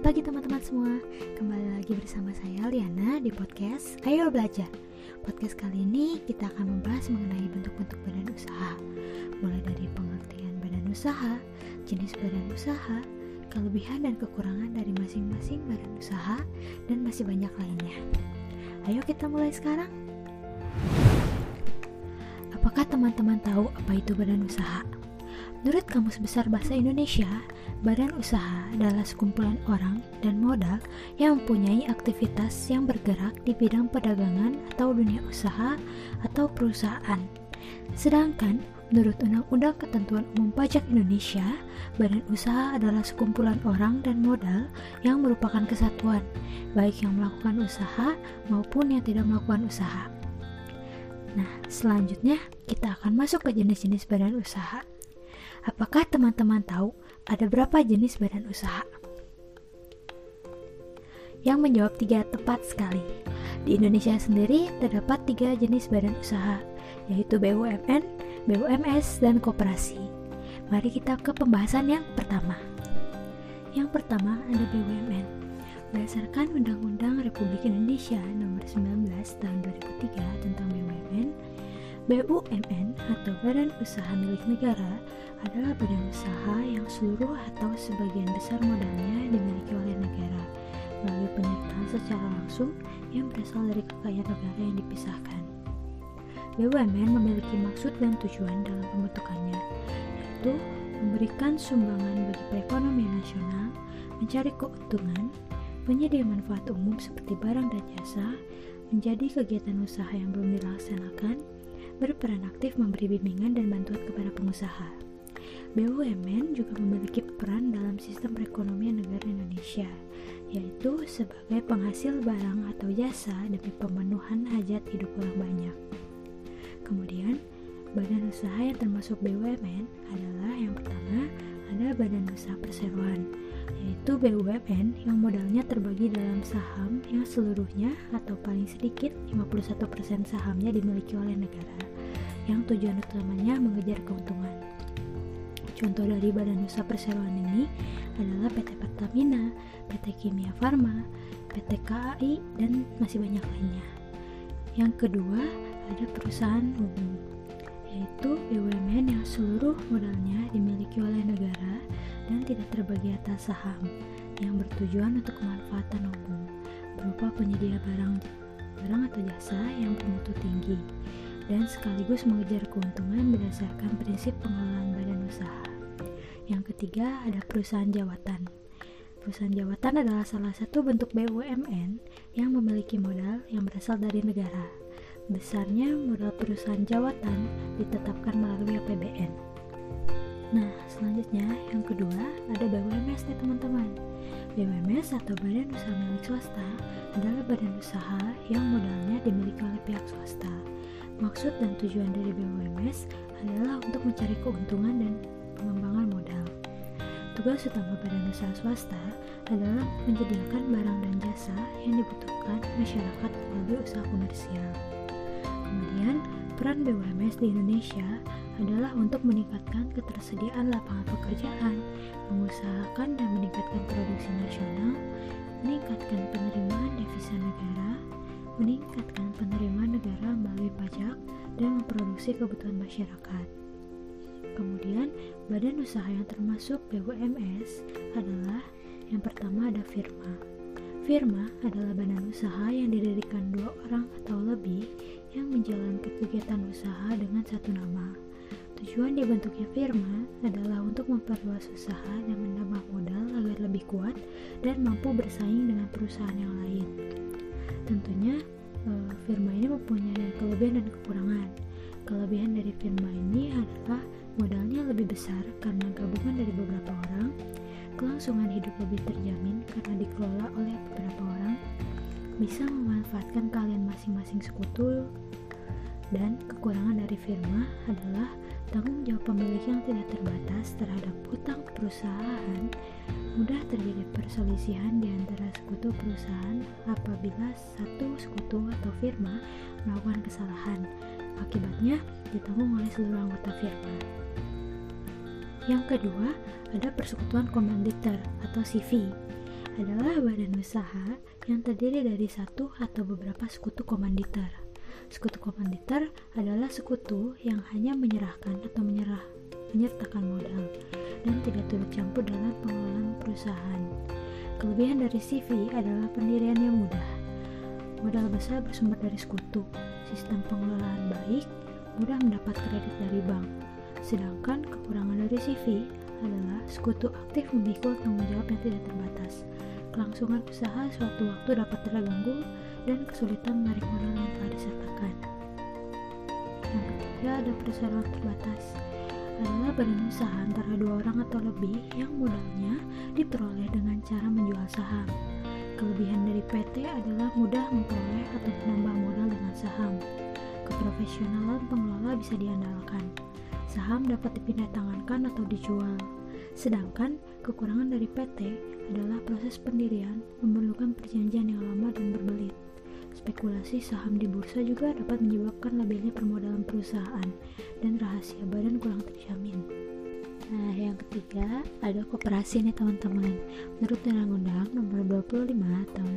pagi teman-teman semua. Kembali lagi bersama saya Liana di podcast Ayo Belajar. Podcast kali ini kita akan membahas mengenai bentuk-bentuk badan usaha, mulai dari pengertian badan usaha, jenis badan usaha, kelebihan dan kekurangan dari masing-masing badan usaha, dan masih banyak lainnya. Ayo kita mulai sekarang. Apakah teman-teman tahu apa itu badan usaha? Menurut Kamus Besar Bahasa Indonesia, badan usaha adalah sekumpulan orang dan modal yang mempunyai aktivitas yang bergerak di bidang perdagangan atau dunia usaha atau perusahaan. Sedangkan, menurut Undang-Undang Ketentuan Umum Pajak Indonesia, badan usaha adalah sekumpulan orang dan modal yang merupakan kesatuan, baik yang melakukan usaha maupun yang tidak melakukan usaha. Nah, selanjutnya kita akan masuk ke jenis-jenis badan usaha. Apakah teman-teman tahu ada berapa jenis badan usaha? Yang menjawab 3 tepat sekali. Di Indonesia sendiri terdapat 3 jenis badan usaha, yaitu BUMN, BUMS, dan koperasi. Mari kita ke pembahasan yang pertama. Yang pertama ada BUMN. Berdasarkan Undang-Undang Republik Indonesia Nomor 19 Tahun 2003 tentang BUMN, BUMN atau Badan Usaha Milik Negara adalah badan usaha yang seluruh atau sebagian besar modalnya dimiliki oleh negara melalui penyertaan secara langsung yang berasal dari kekayaan negara yang dipisahkan. BUMN memiliki maksud dan tujuan dalam pembentukannya, yaitu memberikan sumbangan bagi perekonomian nasional, mencari keuntungan, penyedia manfaat umum seperti barang dan jasa, menjadi kegiatan usaha yang belum dilaksanakan, berperan aktif memberi bimbingan dan bantuan kepada pengusaha. BUMN juga memiliki peran dalam sistem perekonomian negara Indonesia, yaitu sebagai penghasil barang atau jasa demi pemenuhan hajat hidup orang banyak. Kemudian, badan usaha yang termasuk BUMN adalah yang pertama ada Badan Usaha Perseroan, yaitu BUMN yang modalnya terbagi dalam saham yang seluruhnya atau paling sedikit 51% sahamnya dimiliki oleh negara, yang tujuan utamanya mengejar keuntungan. Contoh dari Badan Usaha Perseroan ini adalah PT Pertamina, PT Kimia Farma, PT KAI, dan masih banyak lainnya. Yang kedua ada perusahaan umum, yaitu BUMN yang seluruh modalnya dimiliki oleh negara dan tidak terbagi atas saham, yang bertujuan untuk kemanfaatan umum berupa penyedia barang atau jasa yang bermutu tinggi dan sekaligus mengejar keuntungan berdasarkan prinsip pengelolaan badan usaha. Yang ketiga ada perusahaan jawatan. Perusahaan jawatan adalah salah satu bentuk BUMN yang memiliki modal yang berasal dari negara. Besarnya modal perusahaan jawatan ditetapkan melalui APBN. Nah, selanjutnya yang kedua ada BUMS nih teman-teman. BUMS atau Badan Usaha Milik Swasta adalah badan usaha yang modalnya dimiliki oleh pihak swasta. Maksud dan tujuan dari BUMS adalah untuk mencari keuntungan dan pengembangan modal. Tugas utama badan usaha swasta adalah menyediakan barang dan jasa yang dibutuhkan masyarakat melalui usaha komersial. Kemudian, peran BUMS di Indonesia adalah untuk meningkatkan ketersediaan lapangan pekerjaan, mengusahakan dan meningkatkan produksi nasional, meningkatkan penerimaan devisa negara, meningkatkan penerimaan negara melalui pajak, dan memproduksi kebutuhan masyarakat. Kemudian, badan usaha yang termasuk BUMS adalah yang pertama ada firma. Firma adalah badan usaha yang didirikan 2 orang atau lebih yang menjalankan kegiatan usaha dengan satu nama. Tujuan dibentuknya firma adalah untuk memperluas usaha dan menambah modal agar lebih kuat dan mampu bersaing dengan perusahaan yang lain. Tentunya, firma ini mempunyai kelebihan dan kekurangan. Kelebihan dari firma ini adalah modalnya lebih besar karena gabungan dari beberapa orang, kelangsungan hidup lebih terjamin karena dikelola oleh beberapa orang, bisa memanfaatkan keahlian masing-masing sekutu, dan kekurangan dari firma adalah tanggung jawab pemilik yang tidak terbatas terhadap hutang perusahaan. Mudah terjadi perselisihan di antara sekutu perusahaan apabila satu sekutu atau firma melakukan kesalahan. Akibatnya ditanggung oleh seluruh anggota firma. Yang kedua, ada persekutuan komanditer atau CV. adalah badan usaha yang terdiri dari satu atau beberapa sekutu komanditer. Sekutu komanditer adalah sekutu yang hanya menyerahkan atau menyertakan modal dan tidak turut campur dalam pengelolaan perusahaan. Kelebihan dari CV adalah pendirian yang mudah. Modal besar bersumber dari sekutu, sistem pengelolaan baik, mudah mendapat kredit dari bank. Sedangkan kekurangan dari CV adalah sekutu aktif memikul tanggung jawab yang tidak terbatas. Kelangsungan usaha suatu waktu dapat terganggu dan kesulitan menarik modal yang telah disertakan. Yang ketiga ada perseroan terbatas, adalah badan usaha antara 2 orang atau lebih yang modalnya diperoleh dengan cara menjual saham. Kelebihan dari PT adalah mudah memperoleh atau menambah modal dengan saham. Keprofesionalan pengelola bisa diandalkan. Saham dapat dipindah tangankan atau dijual. Sedangkan kekurangan dari PT adalah proses pendirian memerlukan perjanjian yang lama dan berbelit. Spekulasi saham di bursa juga dapat menyebabkan labilnya permodalan perusahaan dan rahasia badan kurang terjamin. Nah, yang ketiga ada koperasi nih teman-teman. Menurut Undang-Undang Nomor 25 Tahun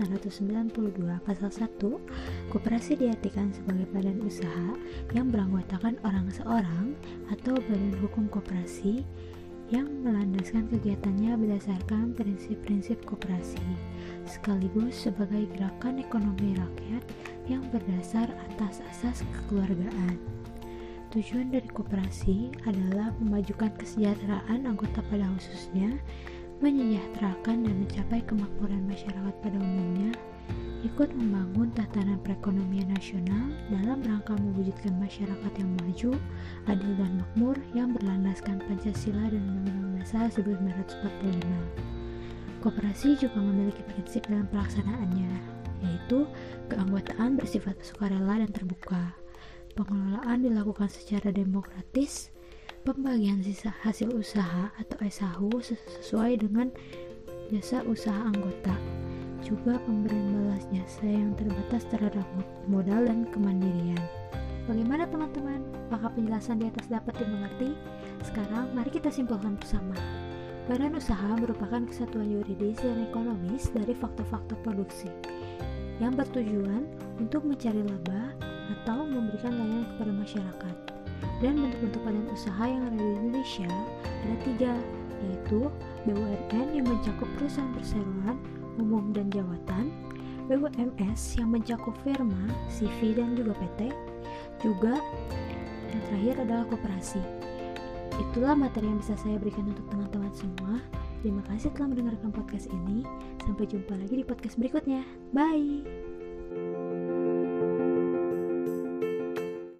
1992 Pasal 1, koperasi diartikan sebagai badan usaha yang beranggotakan orang seorang atau badan hukum koperasi yang melandaskan kegiatannya berdasarkan prinsip-prinsip koperasi, sekaligus sebagai gerakan ekonomi rakyat yang berdasar atas asas kekeluargaan. Tujuan dari koperasi adalah memajukan kesejahteraan anggota pada khususnya, menyejahterakan dan mencapai kemakmuran masyarakat pada umumnya, ikut membangun tatanan perekonomian nasional dalam rangka mewujudkan masyarakat yang maju, adil dan makmur yang berlandaskan Pancasila dan Undang-Undang Dasar 1945. Koperasi juga memiliki prinsip dalam pelaksanaannya, yaitu keanggotaan bersifat sukarela dan terbuka. Pengelolaan dilakukan secara demokratis, pembagian sisa hasil usaha atau SHU sesuai dengan jasa usaha anggota, juga pemberian balas jasa yang terbatas terhadap modal dan kemandirian. Bagaimana teman-teman? Apakah penjelasan di atas dapat dimengerti? Sekarang mari kita simpulkan bersama. Badan usaha merupakan kesatuan yuridis dan ekonomis dari faktor-faktor produksi yang bertujuan untuk mencari laba atau memberikan layanan kepada masyarakat. Dan bentuk-bentuk badan usaha yang ada di Indonesia ada 3, yaitu BUMN yang mencakup perusahaan perseroan, umum dan jawatan, BUMS yang mencakup firma, CV dan juga PT, juga yang terakhir adalah koperasi. Itulah materi yang bisa saya berikan untuk teman-teman semua. Terima kasih telah mendengarkan podcast ini. Sampai jumpa lagi di podcast berikutnya. Bye!